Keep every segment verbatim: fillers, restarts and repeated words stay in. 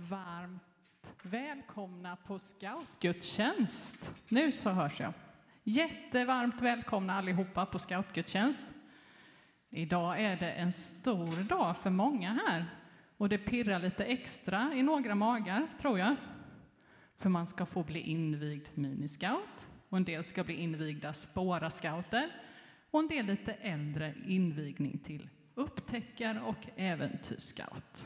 Varmt välkomna på scoutgudstjänst. Nu så hörs jag. Jättevarmt välkomna allihopa på scoutgudstjänst. Idag är det en stor dag för många här. Och det pirrar lite extra i några magar, tror jag. För man ska få bli invigd miniscout. Och en del ska bli invigda spåra-scouter. Och en del lite äldre invigning till upptäckar- och äventyrsscout.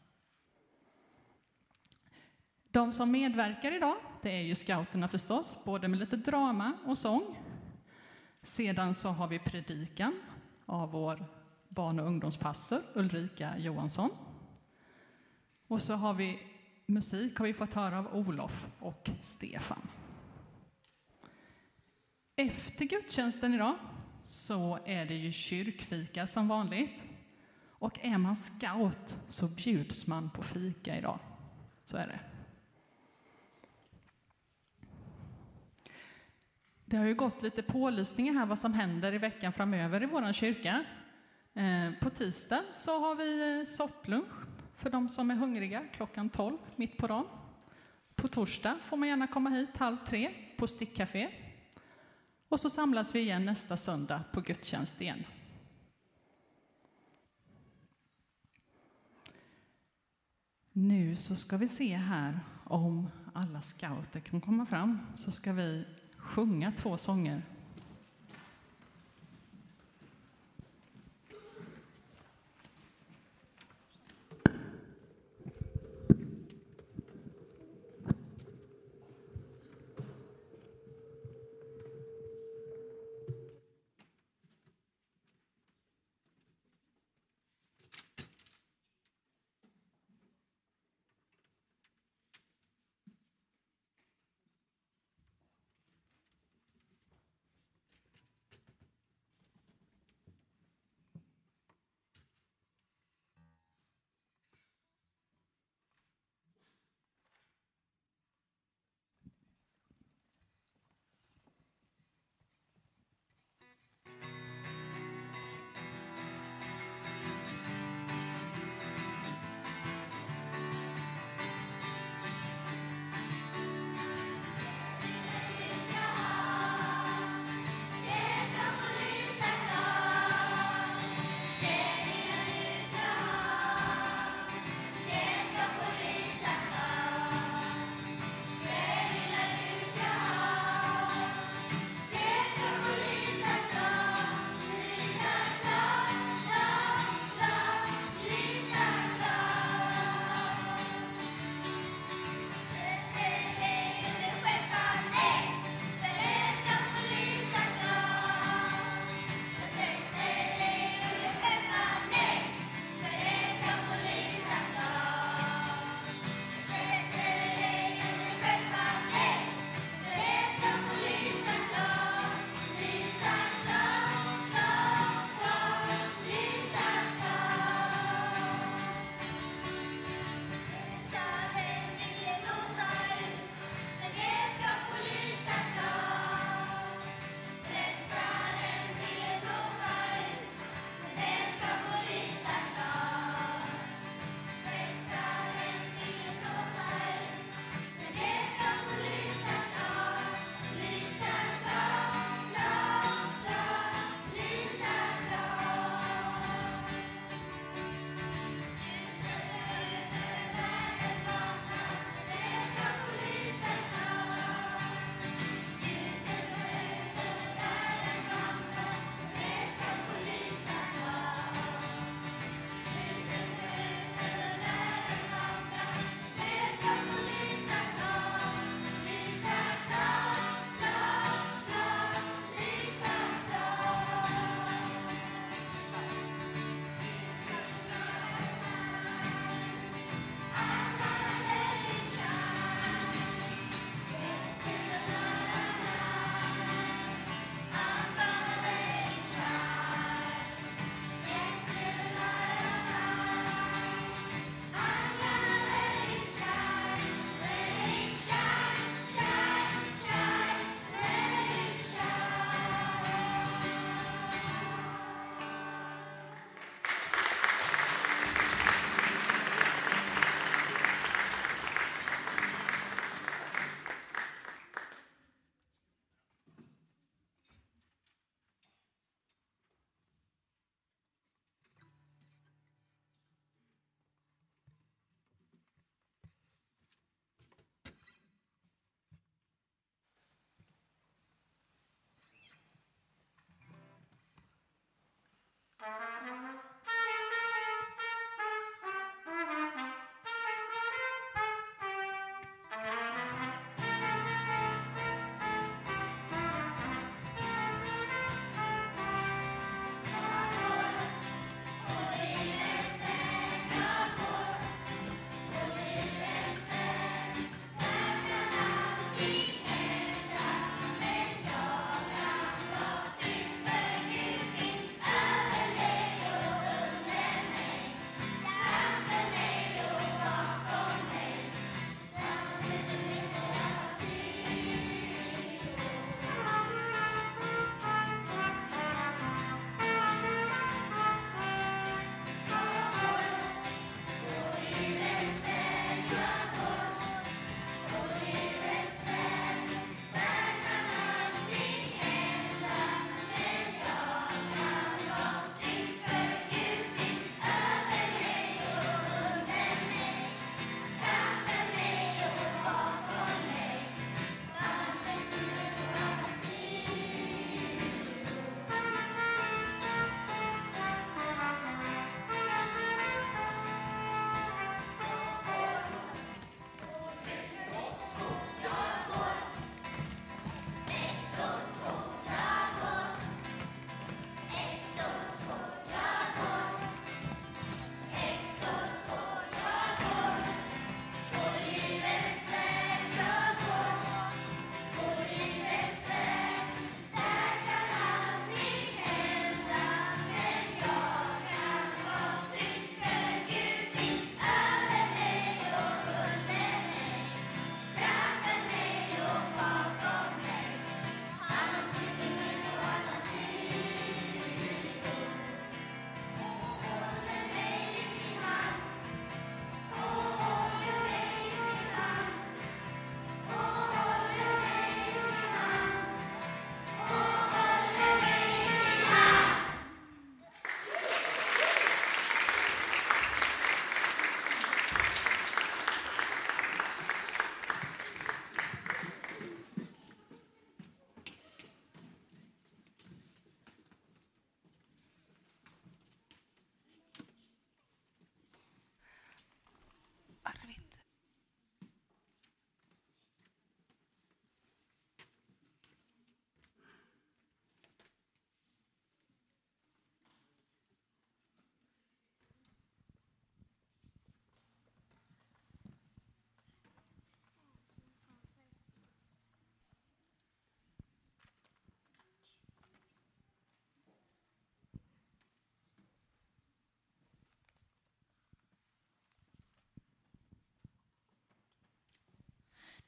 De som medverkar idag, det är ju scouterna förstås, både med lite drama och sång. Sedan så har vi predikan av vår barn- och ungdomspastor Ulrika Johansson. Och så har vi musik har vi fått höra av Olof och Stefan. Efter gudstjänsten idag så är det ju kyrkfika som vanligt. Och är man scout så bjuds man på fika idag. Så är det. Det har ju gått lite pålysningar här vad som händer i veckan framöver i vår kyrka. Eh, på tisdag så har vi sopplunch för de som är hungriga klockan tolv mitt på dagen. På torsdag får man gärna komma hit halv tre på Stickcafé. Och så samlas vi igen nästa söndag på gudstjänst igen. Nu så ska vi se här om alla scouter kan komma fram. Så ska vi sjunga två sånger.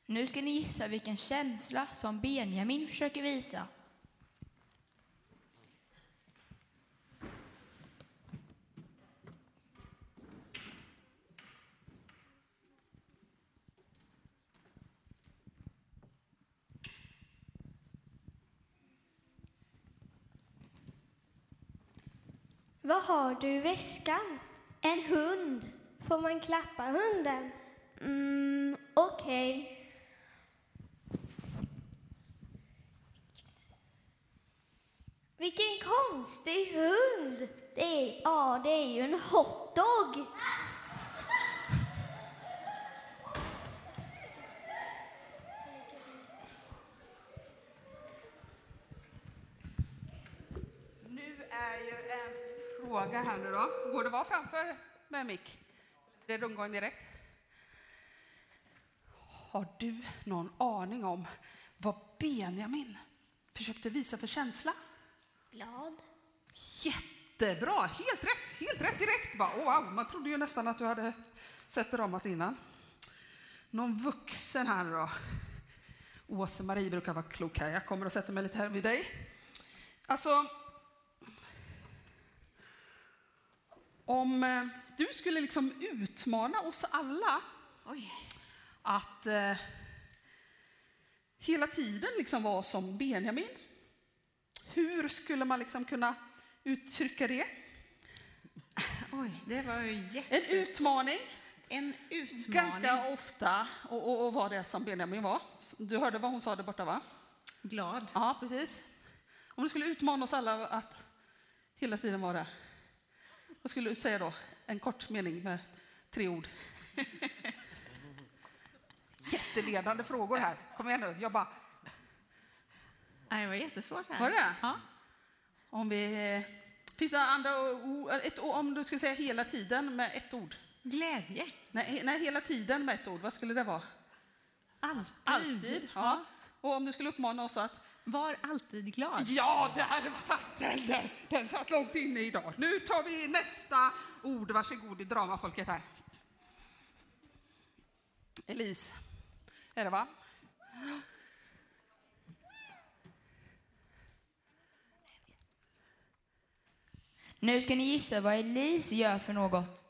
Nu ska ni gissa vilken känsla som Benjamin försöker visa. Vad har du i väskan? En hund. Får man klappa hunden? Mm, okej. Okay. Vilken konstig hund. Det är, ja, det är ju en hotdog. Nu är ju en fråga här nu då. Går det vara framför med mick? Det är rundgång direkt. Har du någon aning om vad Benjamin försökte visa för känsla? Glad. Jättebra, helt rätt, helt rätt direkt. Bara, oh, wow. Man trodde ju nästan att du hade sett det ramat innan. Någon vuxen här nu då? Åse-Marie brukar vara klok här. Jag kommer att sätta mig lite här vid dig. Alltså, om eh, du skulle liksom utmana oss alla Oj. att eh, hela tiden liksom vara som Benjamin. Hur skulle man liksom kunna uttrycka det? Oj, det var ju jätte... En utmaning. En utmaning. Ganska ofta, och, och, och vad det som Benjamin var. Du hörde vad hon sa där borta, va? Glad. Ja, precis. Om du skulle utmana oss alla att hela tiden vara det. Vad skulle du säga då? En kort mening med tre ord. Jätteledande frågor här. Kom igen nu, jag bara... Nej, det var jättesvårt här. Var det? Ja. Om vi... Finns det andra ord? Ett, om du skulle säga hela tiden med ett ord. Glädje. Nej, nej, hela tiden med ett ord. Vad skulle det vara? Alltid. Alltid, ja. ja. Och om du skulle uppmana oss att... Var alltid glad. Ja, det här var satt den där. Den satt långt inne idag. Nu tar vi nästa ord. Varsågod i dramafolket här. Elise. Är det, va? Nu ska ni gissa vad Elise gör för något.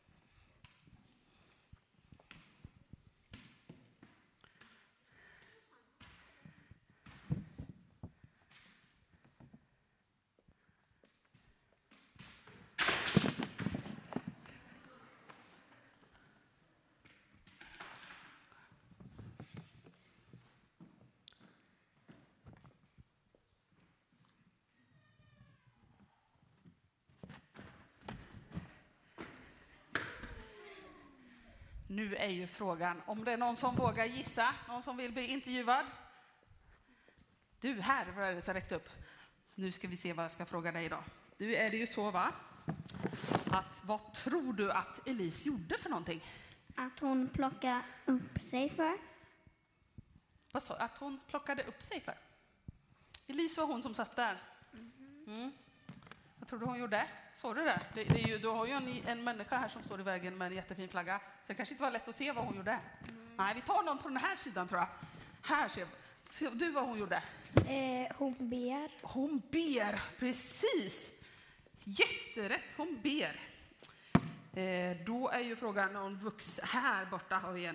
Nu är ju frågan om det är någon som vågar gissa, någon som vill bli intervjuad. Du, här var det så räckt upp. Nu ska vi se vad jag ska fråga dig idag. Nu är det ju så, va? Att vad tror du att Elise gjorde för någonting? Att hon plockade upp sig för. Vad sa att hon plockade upp sig för? Elise var hon som satt där. Mm. Vad tror du hon gjorde? Såg du det? det, det är ju, du har ju en, en människa här som står i vägen med en jättefin flagga. Så det kanske inte var lätt att se vad hon gjorde. Mm. Nej, vi tar någon på den här sidan, tror jag. Här ser, ser du vad hon gjorde? Eh, hon ber. Hon ber, precis. Jätterätt, hon ber. Eh, då är ju frågan om vux. Här borta har vi en.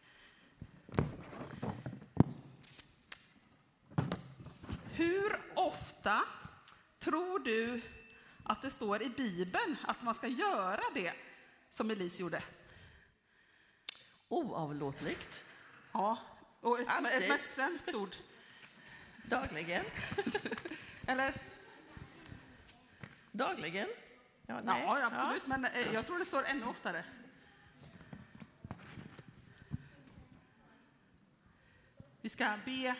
Hur ofta tror du att det står i Bibeln att man ska göra det som Elise gjorde? Oavlåtligt. Ja, och ett, ett, ett, ett svenskt ord. Dagligen. Eller? Dagligen. Ja, nej. Ja, absolut. Ja. Men eh, jag tror det står ännu oftare. Vi ska be.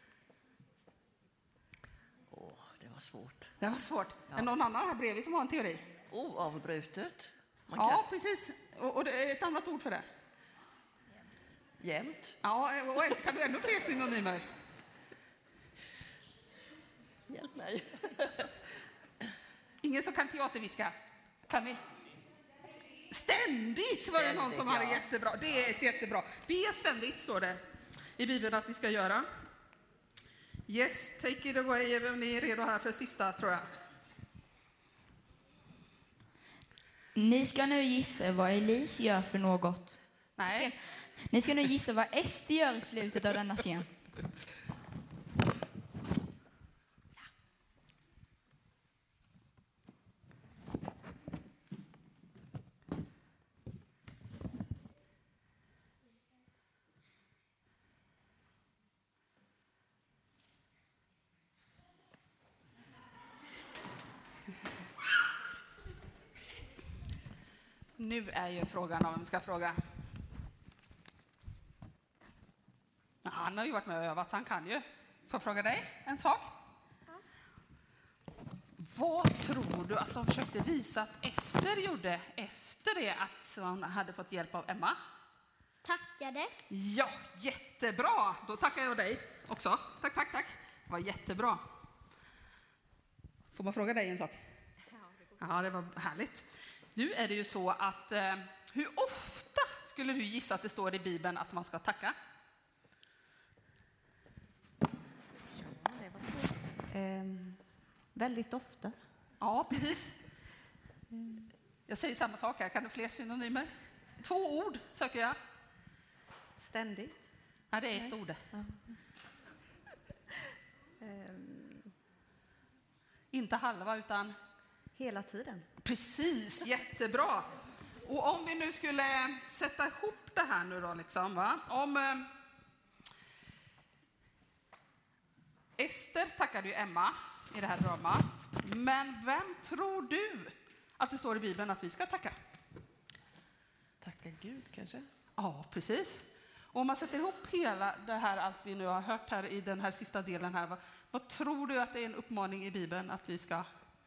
Åh, det var svårt. Det var svårt. Ja. Är någon annan här bredvid som har en teori? Oavbrutet. Man ja, kan... precis. Och, och det är ett annat ord för det. Jämt. Ja, och kan du ännu fler synonymer? Hjälp mig. Ingen som kan teaterviska? Kan ni? Ständigt var det någon som hade jättebra. Det är ett jättebra. Be ständigt, står det i Bibeln att vi ska göra. Yes, take it away. Är ni är redo här för sista, tror jag? Ni ska nu gissa vad Elise gör för något. Nej. Ni ska nu gissa vad Ester gör i slutet av denna scen. Nu är ju frågan om vem ska fråga. Han har ju varit med och övat, så han kan ju. Får jag fråga dig en sak? Ja. Vad tror du att de försökte visa att Ester gjorde efter det att hon hade fått hjälp av Emma? Tackade. Ja, jättebra. Då tackar jag dig också. Tack, tack, tack. Det var jättebra. Får man fråga dig en sak? Ja, det var härligt. Nu är det ju så att eh, hur ofta skulle du gissa att det står i Bibeln att man ska tacka? Ja, det var svårt. Ehm, väldigt ofta. Ja, precis. Jag säger samma sak här. Kan du fler synonymer? Två ord söker jag. Ständigt. Ja, det är ett ord. Ja. Ehm, Inte halva, utan... hela tiden. Precis, jättebra. Och om vi nu skulle sätta ihop det här nu då, liksom, va? Om eh, Ester tackade ju Emma i det här dramat. Men vem tror du att det står i Bibeln att vi ska tacka? Tacka Gud kanske? Ja, precis. Och om man sätter ihop hela det här, allt vi nu har hört här i den här sista delen här, vad, vad tror du att det är en uppmaning i Bibeln att vi ska...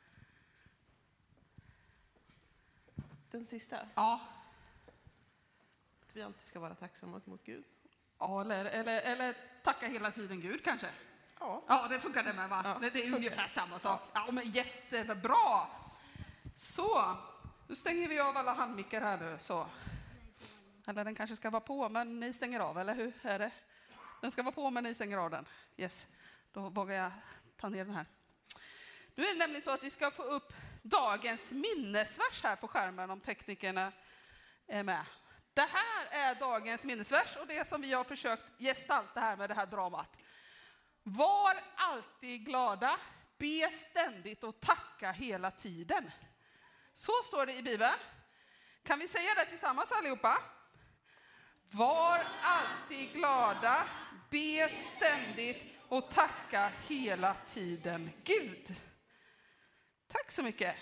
Den sista? Ja. Att vi alltid ska vara tacksamma mot Gud. Ja, eller, eller, eller tacka hela tiden Gud kanske. Ja. Ja, det funkar det med, va? Ja, det, det är funkar. ungefär samma sak. Ja, men jättebra. Så, nu stänger vi av alla handmickar här nu. Så. Eller den kanske ska vara på, men ni stänger av, eller hur är det? Den ska vara på, men ni stänger av den. Yes, då vågar jag ta ner den här. Nu är det nämligen så att vi ska få upp dagens minnesvers här på skärmen om teknikerna är med. Det här är dagens minnesvers och det som vi har försökt gestalta här med det här dramat. Var alltid glada, be ständigt och tacka hela tiden. Så står det i Bibeln. Kan vi säga det tillsammans allihopa? Var alltid glada, be ständigt och tacka hela tiden Gud. Tack så mycket.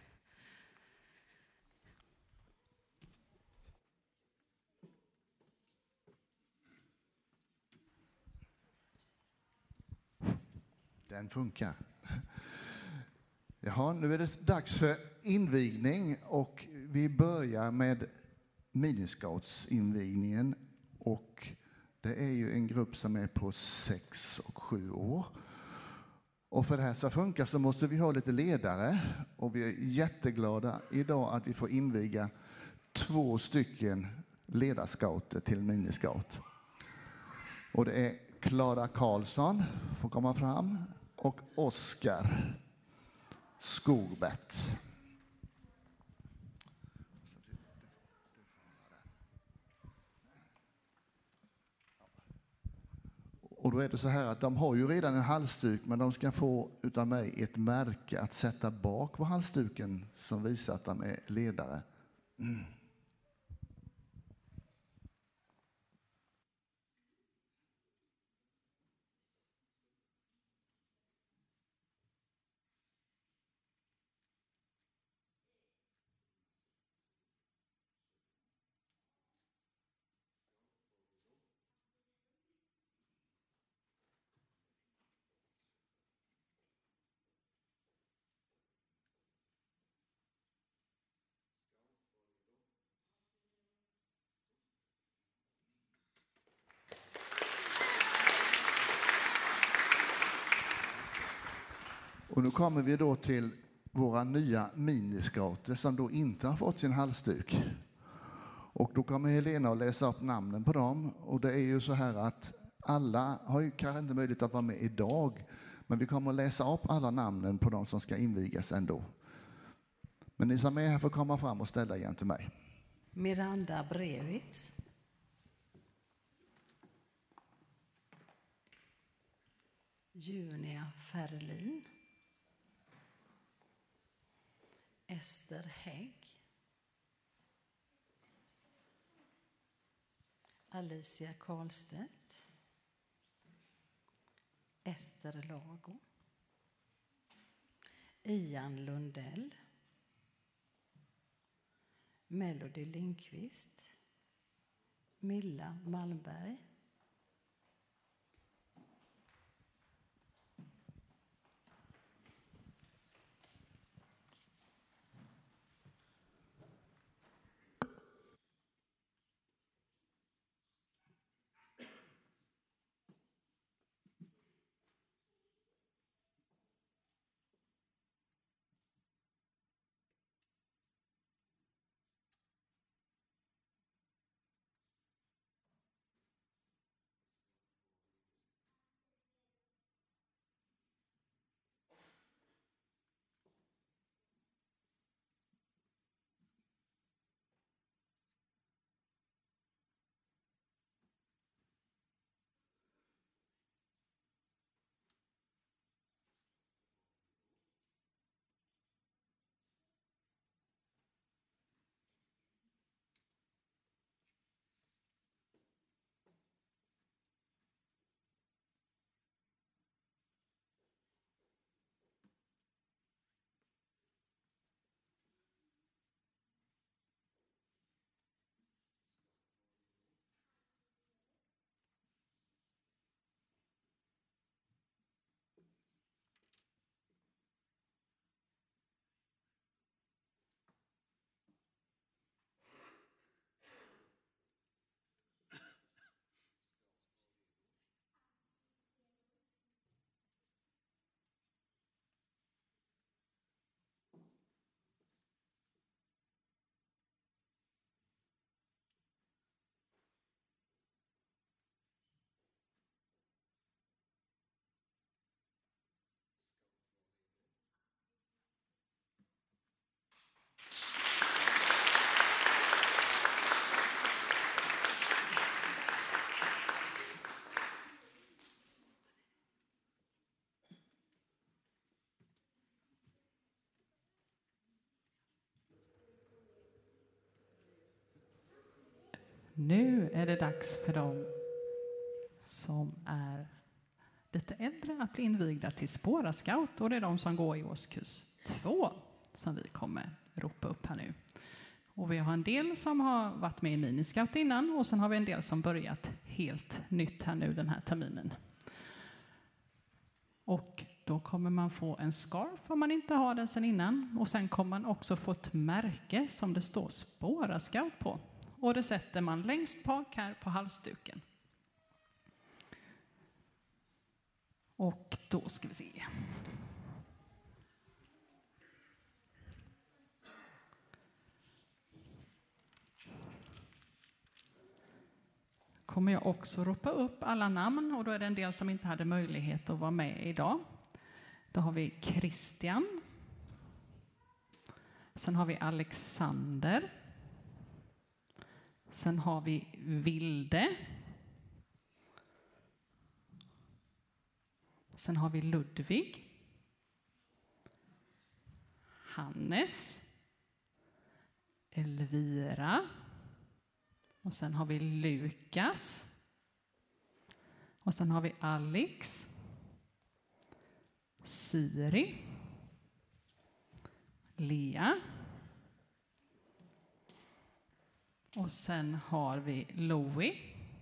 Den funkar. Jaha, nu är det dags för invigning och vi börjar med Miniscoutsinvigningen och det är ju en grupp som är på sex och sju år. Och för det här ska funka så måste vi ha lite ledare och vi är jätteglada idag att vi får inviga två stycken ledarscouter till Miniscout. Och det är Klara Karlsson, får komma fram, och Oskar Skogbett. Och då är det så här att de har ju redan en halsduk, men de ska få utav mig ett märke att sätta bak på halsduken som visar att de är ledare. Mm. Och nu kommer vi då till våra nya miniscouter som då inte har fått sin halsduk. Och då kommer Helena att läsa upp namnen på dem. Och det är ju så här att Alla har ju kanske inte möjlighet att vara med idag, men vi kommer att läsa upp alla namnen på de som ska invigas ändå. Men ni som är här får komma fram och ställa igen till mig. Miranda Brevitz. Junia Ferlin. Ester Hägg. Alicia Karlstedt. Ester Lago. Ian Lundell. Melody Lindqvist. Milla Malmberg. Nu är det dags för dem som är lite äldre att bli invigda till Spåra Scout, och det är de som går i årskurs två som vi kommer ropa upp här nu. Och vi har en del som har varit med i Miniscout innan, och sen har vi en del som börjat helt nytt här nu den här terminen. Och då kommer man få en scarf om man inte har den sedan innan, och sen kommer man också få ett märke som det står Spåra Scout på. Och det sätter man längst bak här på halsduken. Och då ska vi se. Kommer jag också ropa upp alla namn, och då är det en del som inte hade möjlighet att vara med idag. Då har vi Christian. Sen har vi Alexander. Sen har vi Vilde. Sen har vi Ludvig. Hannes. Elvira. Och sen har vi Lukas. Och sen har vi Alex. Siri. Lea. Och sen har vi Louie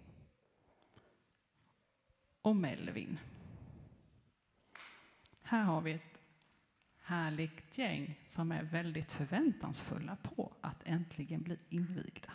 och Melvin. Här har vi ett härligt gäng som är väldigt förväntansfulla på att äntligen bli invigda.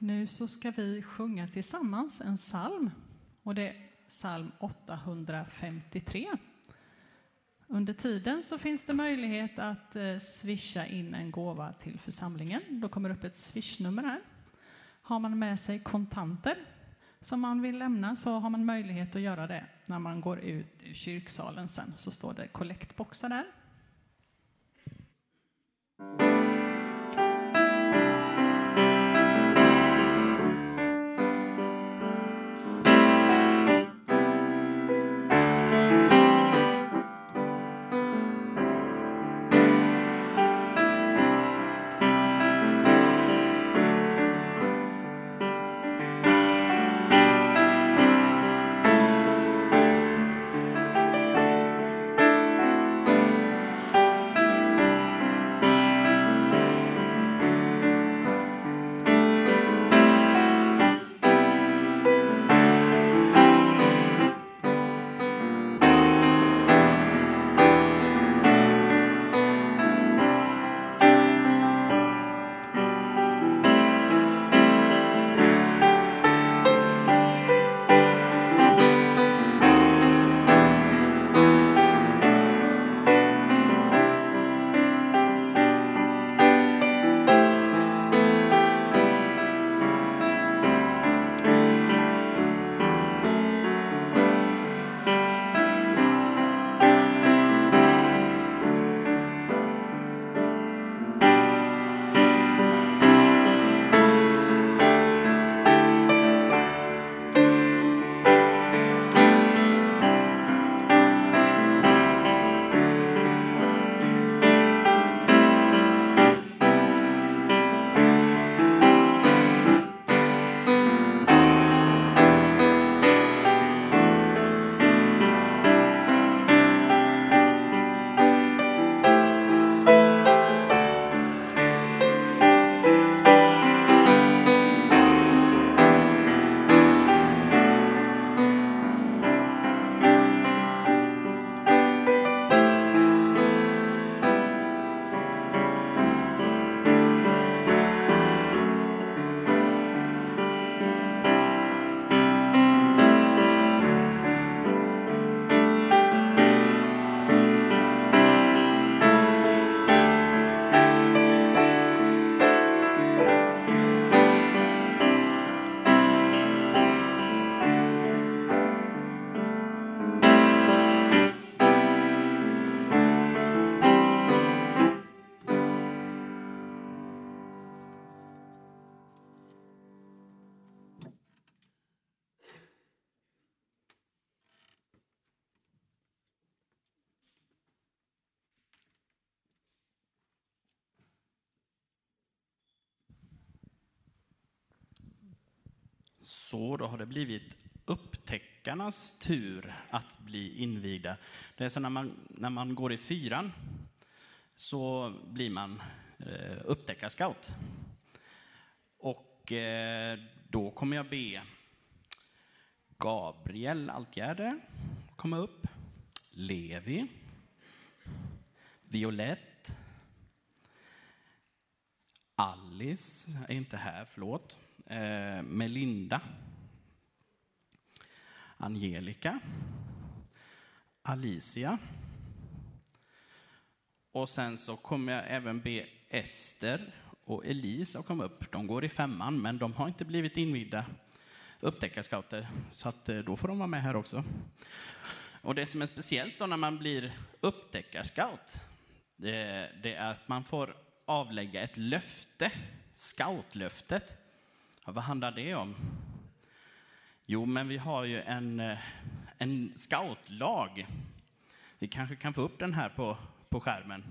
Nu så ska vi sjunga tillsammans en psalm, och det är psalm åttahundrafemtiotre. Under tiden så finns det möjlighet att eh, swisha in en gåva till församlingen. Då kommer upp ett swishnummer här. Har man med sig kontanter som man vill lämna så har man möjlighet att göra det när man går ut ur kyrksalen sen. Så står det kollektboxar där. Så då har det blivit upptäckarnas tur att bli invigda. Det är så när man, när man går i fyran så blir man eh, upptäckarscout. Och eh, då kommer jag be Gabriel Altgärde komma upp, Levi, Violette, Alice är inte här, förlåt. Eh, Melinda, Angelica, Alicia, och sen så kommer jag även be Ester och Elise att komma upp. De går i femman, men de har inte blivit invigda upptäckarscouter, så att då får de vara med här också. Och det som är speciellt då när man blir upptäckarscout, det, det är att man får avlägga ett löfte, scoutlöftet. Ja, vad handlar det om? Jo, men vi har ju en, en scoutlag. Vi kanske kan få upp den här på, på skärmen.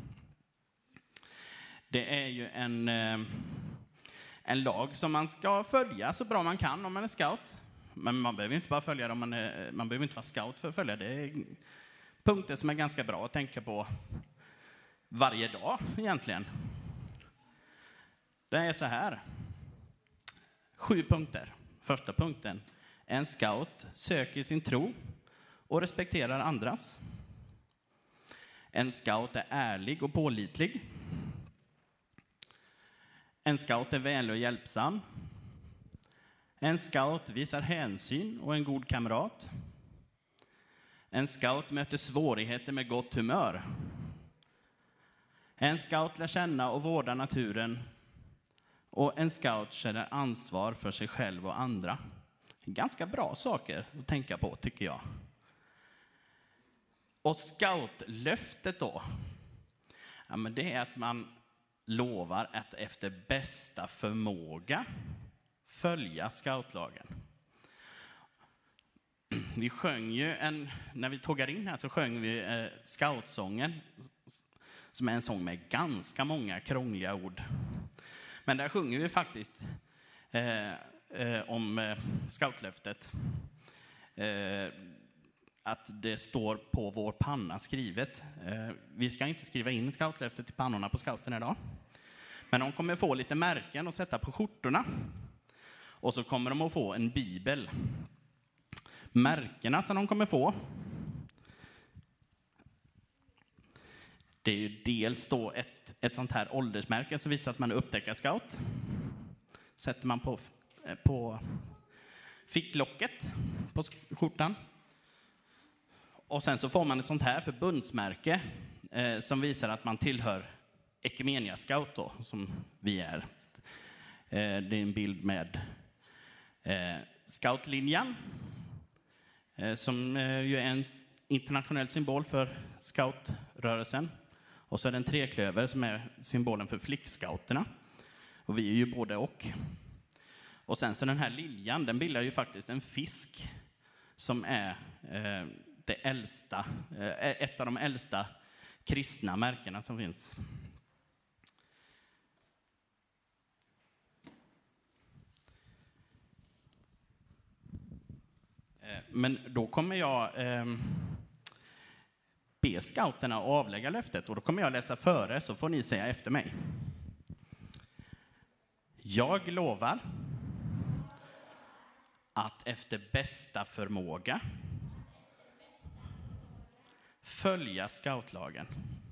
Det är ju en, en lag som man ska följa så bra man kan om man är scout. Men man behöver inte bara följa det om man är, man behöver inte vara scout för att följa. Det är punkter som är ganska bra att tänka på varje dag egentligen. Det är så här. Sju punkter. Första punkten. En scout söker sin tro och respekterar andras. En scout är ärlig och pålitlig. En scout är vänlig och hjälpsam. En scout visar hänsyn och en god kamrat. En scout möter svårigheter med gott humör. En scout lär känna och vårda naturen. Och en scout känner ansvar för sig själv och andra. Ganska bra saker att tänka på, tycker jag. Och scoutlöftet då, ja, men det är att man lovar att efter bästa förmåga följa scoutlagen. Vi sjöng ju en, när vi tågade in här så sjöng vi eh, scoutsången, som är en sång med ganska många krångliga ord. Men där sjunger vi faktiskt eh, eh, om eh, scoutlöftet. Eh, att det står på vår panna skrivet. Eh, vi ska inte skriva in scoutlöftet i pannorna på scouten idag. Men de kommer få lite märken att sätta på skjortorna. Och så kommer de att få en bibel. Märkena som de kommer få, det är ju dels då ett, ett sånt här åldersmärke som visar att man är upptäckarscout. Sätter man på, på ficklocket på skjortan. Och sen så får man ett sånt här förbundsmärke eh, som visar att man tillhör Ekumenia Scout då, som vi är. Eh, det är en bild med eh, scoutlinjan eh, som eh, ju är en internationell symbol för scoutrörelsen. Och så är det en treklöver som är symbolen för flickscouterna. Och vi är ju både och. Och sen så den här liljan, den bildar ju faktiskt en fisk som är eh, det äldsta, eh, ett av de äldsta kristna märkena som finns. Eh, men då kommer jag eh, be scouterna att avlägga löftet, och då kommer jag läsa före, så får ni säga efter mig. Jag lovar att efter bästa förmåga följa scoutlagen.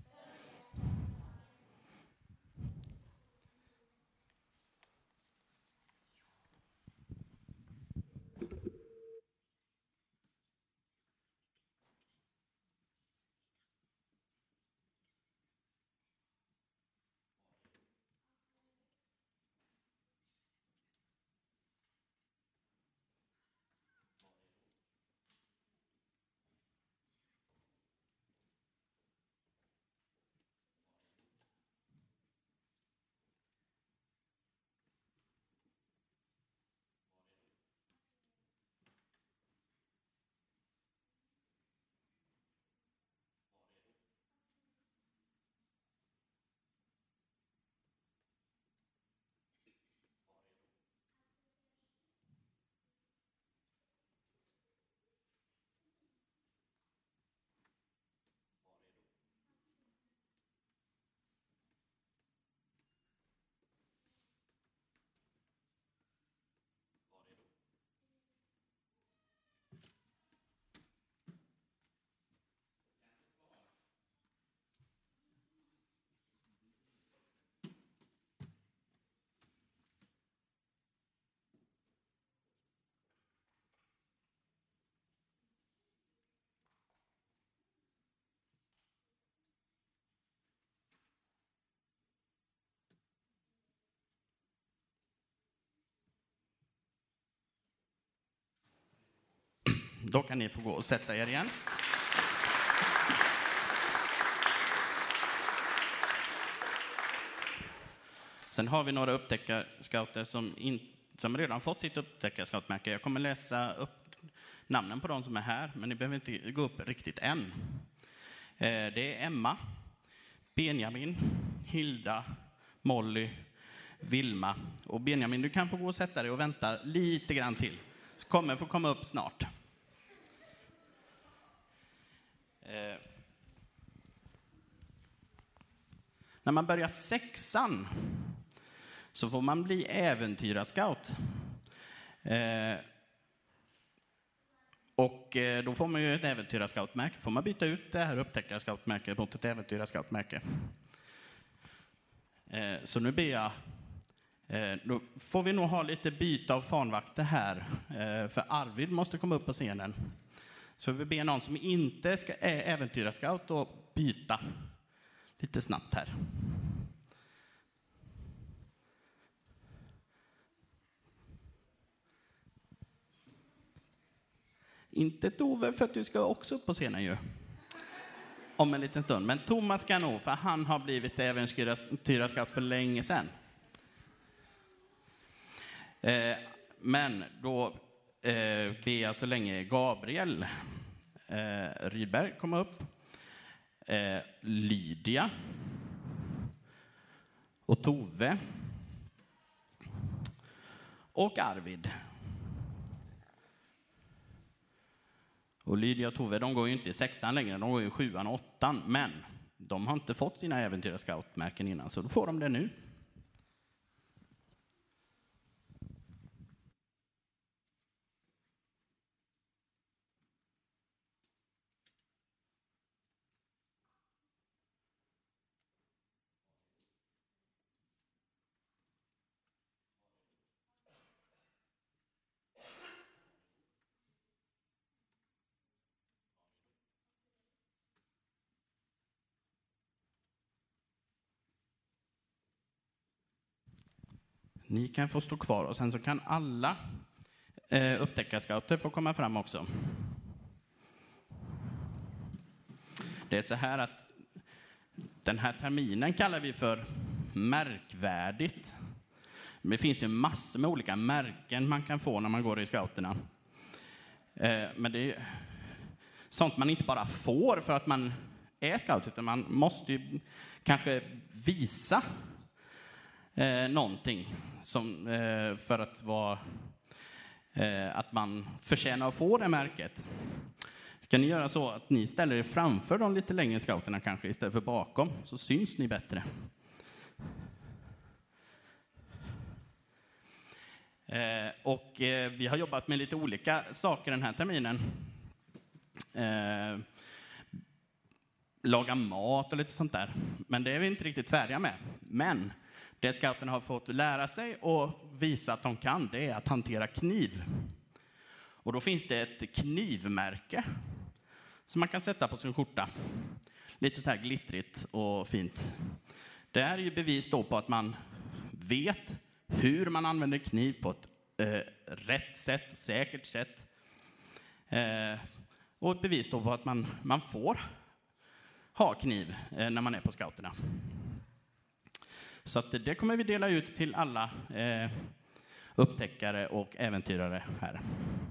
Då kan ni få gå och sätta er igen. Sen har vi några upptäckarscouter som, in, som redan fått sitt upptäckarscoutmärke. Jag kommer läsa upp namnen på de som är här, men ni behöver inte gå upp riktigt än. Det är Emma, Benjamin, Hilda, Molly, Vilma. Och Benjamin, du kan få gå och sätta dig och vänta lite grann till. Kommer få komma upp snart. Eh. När man börjar sexan så får man bli äventyrascout. Eh. Och eh, då får man ju ett äventyrascoutmärke. Får man byta ut det här upptäckarscoutmärket mot ett äventyrascoutmärke. Eh. Så nu ber jag Eh, då får vi nog ha lite byte av fanvakter här, eh, för Arvid måste komma upp på scenen. Så vi ber någon som inte ska är äventyra scout och byta lite snabbt här. Inte Tove, för att du ska också upp på scenen ju. Om en liten stund. Men Thomas ska nog, för han har blivit äventyra scout för länge sedan. Eh, men då eh, ber jag så länge Gabriel eh, Rydberg komma upp. Eh, Lydia. Och Tove. Och Arvid. Och Lydia och Tove, de går ju inte i sexan längre, de går ju i sjuan och åttan. Men de har inte fått sina äventyra scoutmärken innan, så då får de det nu. Ni kan få stå kvar och sen så kan alla eh, upptäckarscouter få komma fram också. Det är så här att den här terminen kallar vi för märkvärdigt. Men det finns ju massor med olika märken man kan få när man går i scouterna. Eh, men det är sånt man inte bara får för att man är scout, utan man måste ju kanske visa Eh, någonting som, eh, för att vara eh, att man förtjänar att få det märket. Kan ni göra så att ni ställer er framför de lite längre scouterna kanske istället för bakom, så syns ni bättre. Eh, och eh, vi har jobbat med lite olika saker den här terminen. Eh, laga mat och lite sånt där. Men det är vi inte riktigt färdiga med. Men det scouterna har fått lära sig och visa att de kan, det är att hantera kniv. Och då finns det ett knivmärke som man kan sätta på sin skjorta. Lite så här glittrigt och fint. Det är ju bevis då på att man vet hur man använder kniv på ett eh, rätt sätt, säkert sätt. Eh, och ett bevis då på att man, man får ha kniv eh, när man är på scouterna. Så att det kommer vi dela ut till alla eh, upptäckare och äventyrare här.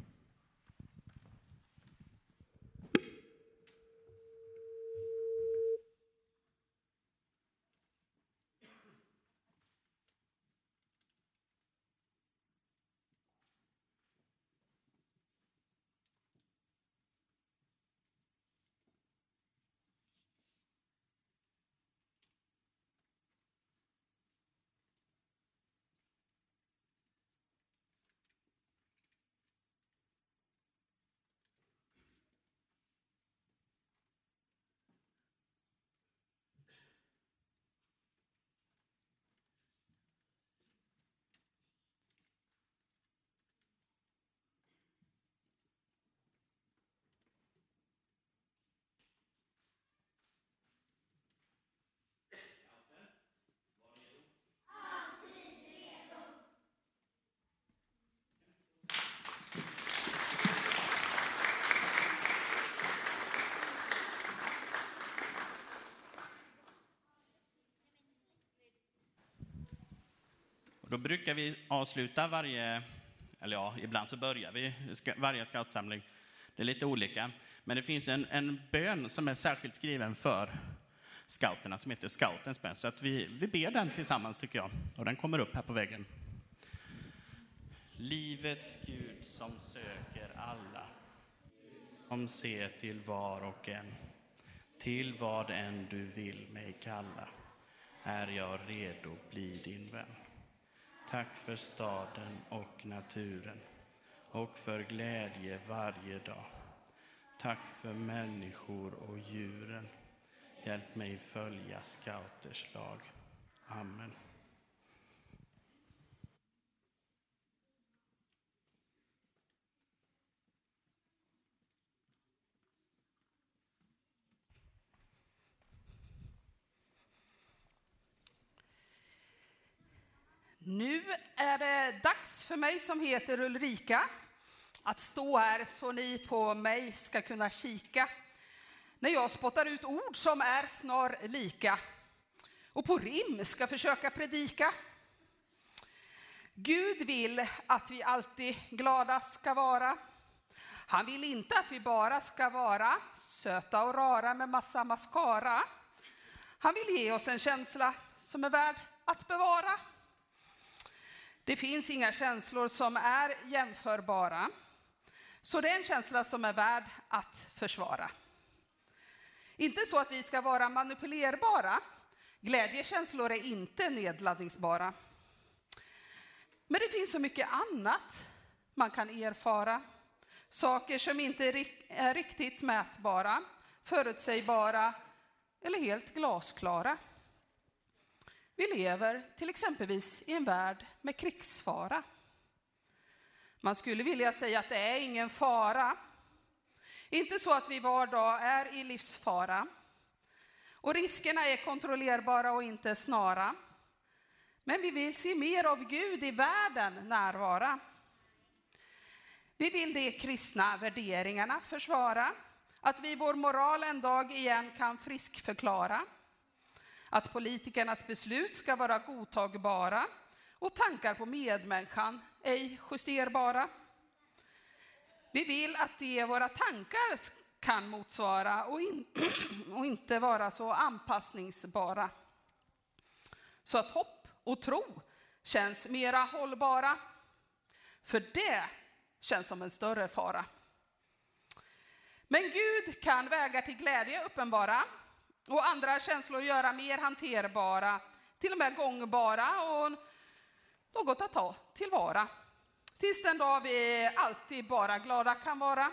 Då brukar vi avsluta varje, eller ja, ibland så börjar vi varje scoutsamling. Det är lite olika. Men det finns en, en bön som är särskilt skriven för scouterna som heter Scoutens bön. Så att vi, vi ber den tillsammans tycker jag. Och den kommer upp här på väggen. Livets Gud som söker alla. Som ser till var och en. Till vad än du vill mig kalla. Är jag redo bli din vän. Tack för staden och naturen och för glädje varje dag. Tack för människor och djuren. Hjälp mig följa scouters lag. Amen. Nu är det dags för mig som heter Ulrika att stå här så ni på mig ska kunna kika när jag spottar ut ord som är snarlika och på rim ska försöka predika. Gud vill att vi alltid glada ska vara. Han vill inte att vi bara ska vara söta och rara med massa mascara. Han vill ge oss en känsla som är värd att bevara. Det finns inga känslor som är jämförbara. Så det är en känsla som är värd att försvara. Inte så att vi ska vara manipulerbara. Glädjekänslor är inte nedladdningsbara. Men det finns så mycket annat man kan erfara. Saker som inte är riktigt mätbara, förutsägbara eller helt glasklara. Vi lever till exempelvis i en värld med krigsfara. Man skulle vilja säga att det är ingen fara. Inte så att vi var dag är i livsfara. Och riskerna är kontrollerbara och inte snara. Men vi vill se mer av Gud i världen närvara. Vi vill de kristna värderingarna försvara. Att vi vår moral en dag igen kan friskförklara. Att politikernas beslut ska vara godtagbara. Och tankar på medmänniskan ej justerbara. Vi vill att det våra tankar kan motsvara och, in, och inte vara så anpassningsbara. Så att hopp och tro känns mera hållbara. För det känns som en större fara. Men Gud kan vägar till glädje uppenbara och andra känslor göra mer hanterbara, till och med gångbara och något att ta tillvara. Tills den dag vi alltid bara glada kan vara.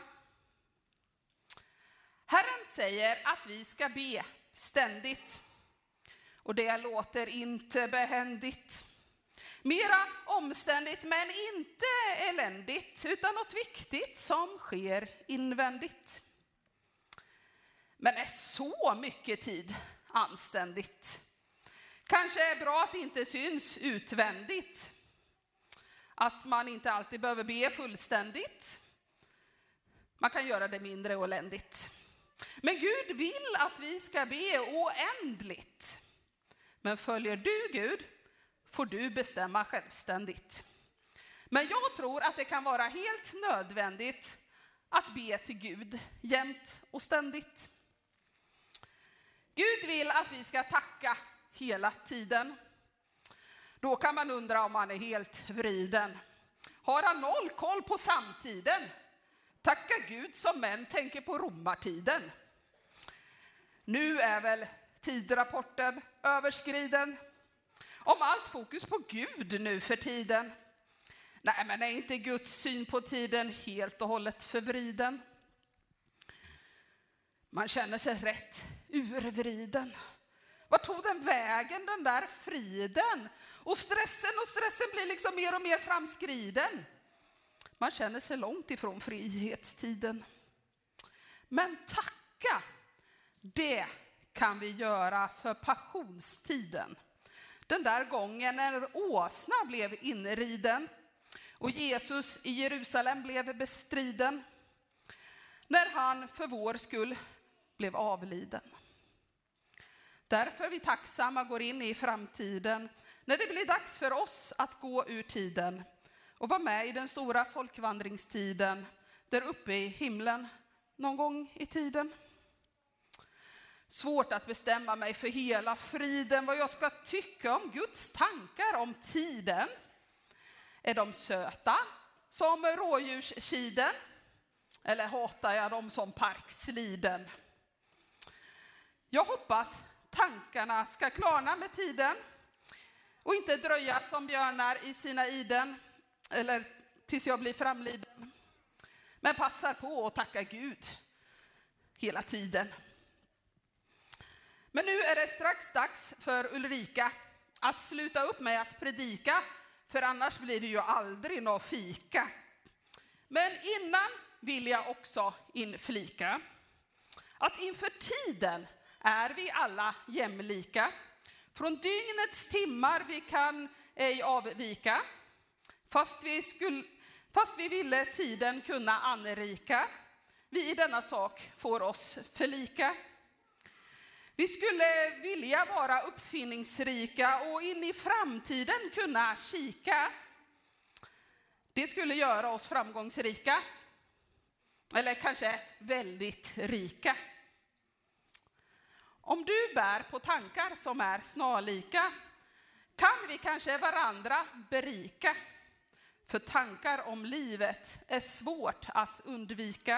Herren säger att vi ska be ständigt. Och det låter inte behändigt. Mera omständigt men inte eländigt, utan något viktigt som sker invändigt. Men är så mycket tid anständigt? Kanske är bra att det inte syns utvändigt. Att man inte alltid behöver be fullständigt. Man kan göra det mindre oländigt. Men Gud vill att vi ska be oändligt. Men följer du Gud får du bestämma självständigt. Men jag tror att det kan vara helt nödvändigt att be till Gud jämt och ständigt. Gud vill att vi ska tacka hela tiden. Då kan man undra om han är helt vriden. Har han noll koll på samtiden? Tacka Gud som män tänker på romartiden. Nu är väl tidrapporten överskriden. Om allt fokus på Gud nu för tiden. Nej, men är inte Guds syn på tiden helt och hållet förvriden? Man känner sig rätt urvriden. Var tog den vägen, den där friden? Och stressen och stressen blir liksom mer och mer framskriden. Man känner sig långt ifrån frihetstiden. Men tacka, det kan vi göra för passionstiden. Den där gången när åsna blev inriden och Jesus i Jerusalem blev bestriden. När han för vår skull blev avliden. Därför vi tacksamma går in i framtiden när det blir dags för oss att gå ur tiden och vara med i den stora folkvandringstiden där uppe i himlen någon gång i tiden. Svårt att bestämma mig för hela friden vad jag ska tycka om Guds tankar om tiden. Är de söta som rådjurskiden? Eller hatar jag dem som parksliden? Jag hoppas tankarna ska klarna med tiden och inte dröja som björnar i sina iden eller tills jag blir framliden. Men passar på att tacka Gud hela tiden. Men nu är det strax dags för Ulrika att sluta upp med att predika, för annars blir det ju aldrig något fika. Men innan vill jag också inflika att inför tiden är vi alla jämlika. Från dygnets timmar vi kan ej avvika, fast vi, skulle, fast vi ville tiden kunna anrika. Vi i denna sak får oss förlika. Vi skulle vilja vara uppfinningsrika och in i framtiden kunna kika. Det skulle göra oss framgångsrika. Eller kanske väldigt rika. Om du bär på tankar som är snarlika kan vi kanske varandra berika. För tankar om livet är svårt att undvika.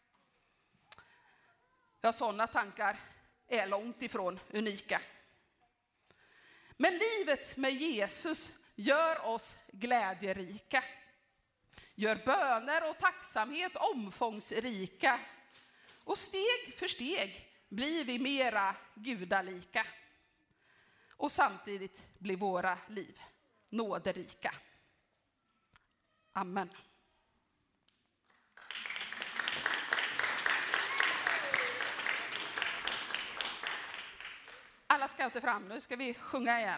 Ja, sådana tankar är långt ifrån unika. Men livet med Jesus gör oss glädjerika. Gör böner och tacksamhet omfångsrika. Och steg för steg blir vi mera gudalika. Och samtidigt blir våra liv nåderika. Amen. Alla scouter fram, nu ska vi sjunga igen.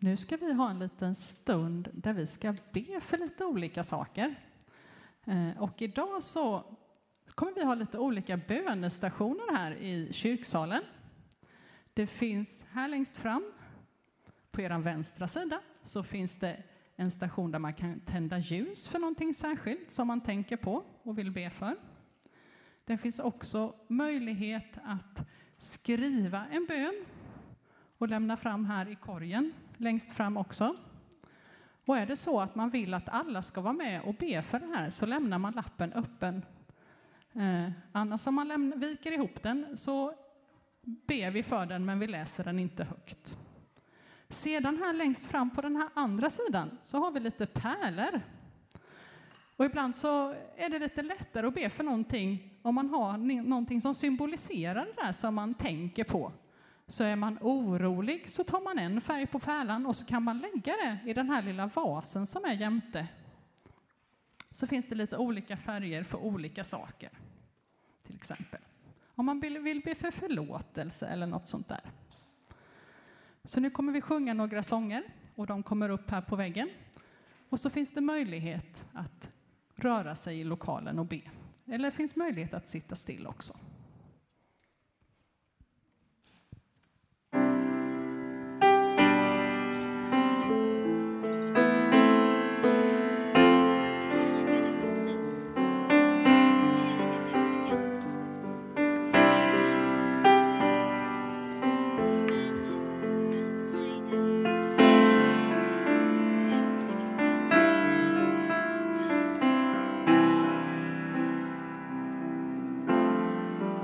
Nu ska vi ha en liten stund där vi ska be för lite olika saker. Och idag så kommer vi ha lite olika bönestationer här i kyrksalen. Det finns här längst fram på er vänstra sida så finns det en station där man kan tända ljus för någonting särskilt som man tänker på och vill be för. Det finns också möjlighet att skriva en bön och lämna fram här i korgen längst fram också. Och är det så att man vill att alla ska vara med och be för det här så lämnar man lappen öppen. Eh, annars om man lämnar, viker ihop den så ber vi för den men vi läser den inte högt. Sedan här längst fram på den här andra sidan så har vi lite pärlor. Och ibland så är det lite lättare att be för någonting om man har någonting som symboliserar det där som man tänker på. Så är man orolig så tar man en färg på pärlan och så kan man lägga det i den här lilla vasen som är jämte. Så finns det lite olika färger för olika saker. Till exempel om man vill be för förlåtelse eller något sånt där. Så nu kommer vi sjunga några sånger och de kommer upp här på väggen. Och så finns det möjlighet att röra sig i lokalen och be. Eller det finns möjlighet att sitta still också. Thank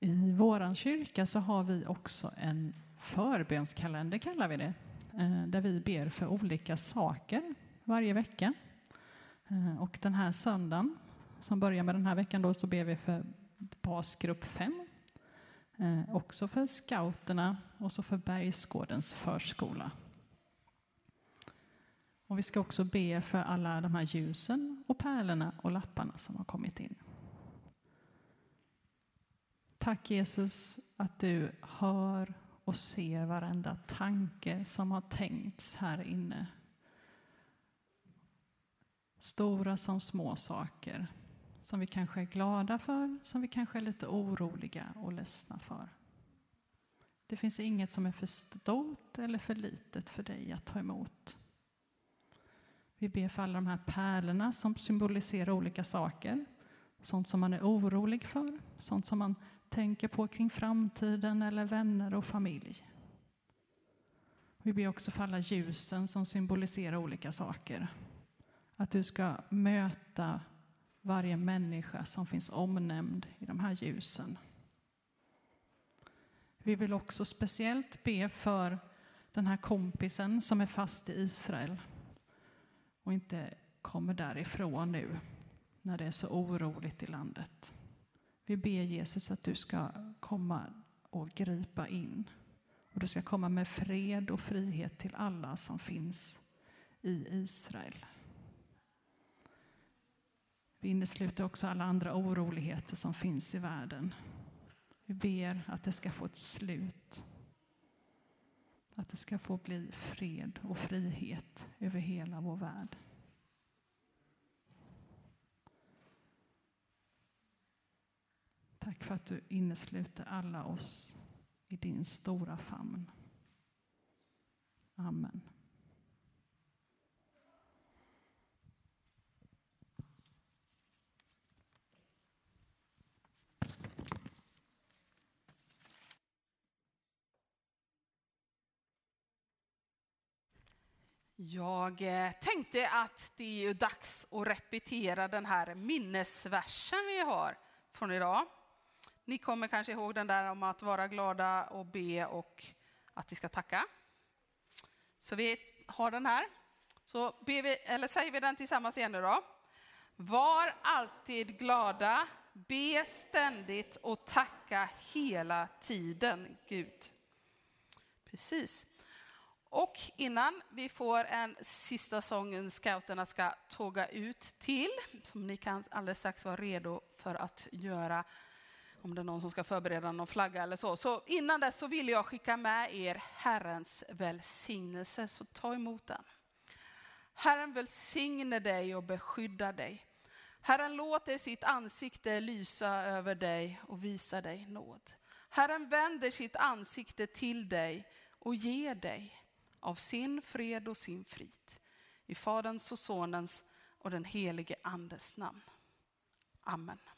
I våran kyrka så har vi också en förbönskalender, kallar vi det, där vi ber för olika saker varje vecka. Och den här söndagen som börjar med den här veckan då, så ber vi för basgrupp fem, också för scouterna och så för Bergsgårdens förskola. Och vi ska också be för alla de här ljusen och pärlorna och lapparna som har kommit in. Tack Jesus att du hör och ser varenda tanke som har tänkts här inne. Stora som små saker som vi kanske är glada för, som vi kanske är lite oroliga och ledsna för. Det finns inget som är för stort eller för litet för dig att ta emot. Vi ber för alla de här pärlorna som symboliserar olika saker. Sånt som man är orolig för, sånt som man tänker på kring framtiden eller vänner och familj. Vi ber också för alla ljusen som symboliserar olika saker. Att du ska möta varje människa som finns omnämnd i de här ljusen. Vi vill också speciellt be för den här kompisen som är fast i Israel och inte kommer därifrån nu när det är så oroligt i landet. Vi ber Jesus att du ska komma och gripa in. Och du ska komma med fred och frihet till alla som finns i Israel. Vi innesluter också alla andra oroligheter som finns i världen. Vi ber att det ska få ett slut. Att det ska få bli fred och frihet över hela vår värld. Tack för att du innesluter alla oss i din stora famn. Amen. Jag tänkte att det är ju dags att repetera den här minnesversen vi har från idag. Ni kommer kanske ihåg den där om att vara glada och be och att vi ska tacka. Så vi har den här. Så ber vi, eller säger vi den tillsammans igen nu då. Var alltid glada, be ständigt och tacka hela tiden, Gud. Precis. Och innan vi får en sista sången scouterna ska tåga ut till, som ni kan alldeles strax vara redo för att göra, om det är någon som ska förbereda någon flagga eller så. Så innan dess så vill jag skicka med er Herrens välsignelse, så ta emot den. Herren välsigne dig och beskydda dig. Herren låter sitt ansikte lysa över dig och visa dig nåd. Herren vänder sitt ansikte till dig och ger dig av sin fred och sin frid. I Faderns och Sonens och den helige Andes namn. Amen.